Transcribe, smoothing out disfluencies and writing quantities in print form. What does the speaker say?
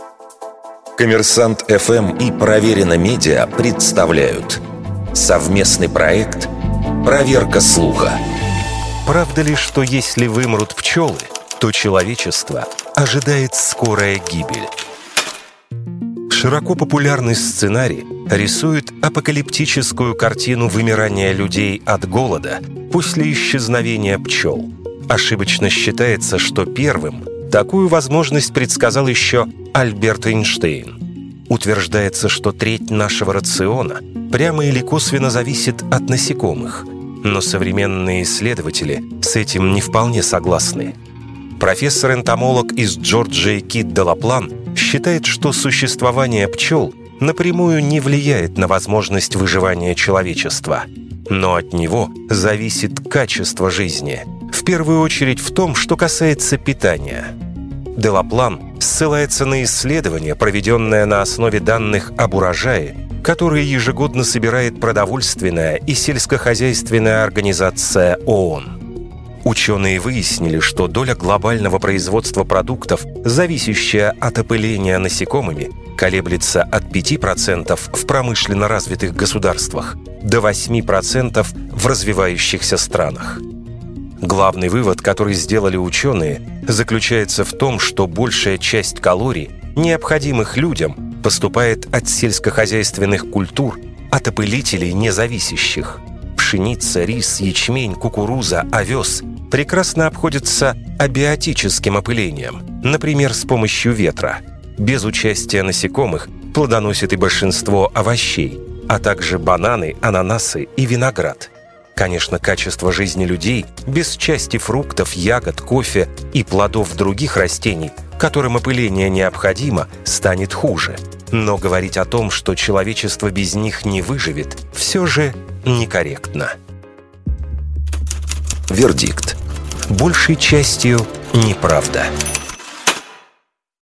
Коммерсант ФМ и Проверено Медиа представляют совместный проект «Проверка слуха». Правда ли, что если вымрут пчелы, то человечество ожидает скорая гибель? Широко популярный сценарий рисует апокалиптическую картину вымирания людей от голода после исчезновения пчел. Ошибочно считается, что первым такую возможность предсказал еще Альберт Эйнштейн. Утверждается, что треть нашего рациона прямо или косвенно зависит от насекомых. Но современные исследователи с этим не вполне согласны. Профессор-энтомолог из Джорджии Кит Делаплан считает, что существование пчел напрямую не влияет на возможность выживания человечества. Но от него зависит качество жизни, в первую очередь в том, что касается питания. Делаплан ссылается на исследование, проведенное на основе данных об урожае, которые ежегодно собирает продовольственная и сельскохозяйственная организация ООН. Ученые выяснили, что доля глобального производства продуктов, зависящая от опыления насекомыми, колеблется от 5% в промышленно развитых государствах до 8% в развивающихся странах. Главный вывод, который сделали ученые, заключается в том, что большая часть калорий, необходимых людям, поступает от сельскохозяйственных культур, от опылителей независящих. Пшеница, рис, ячмень, кукуруза, овес прекрасно обходятся абиотическим опылением, например, с помощью ветра. Без участия насекомых плодоносит и большинство овощей, а также бананы, ананасы и виноград. Конечно, качество жизни людей без части фруктов, ягод, кофе и плодов других растений, которым опыление необходимо, станет хуже. Но говорить о том, что человечество без них не выживет, все же некорректно. Вердикт. Большей частью неправда.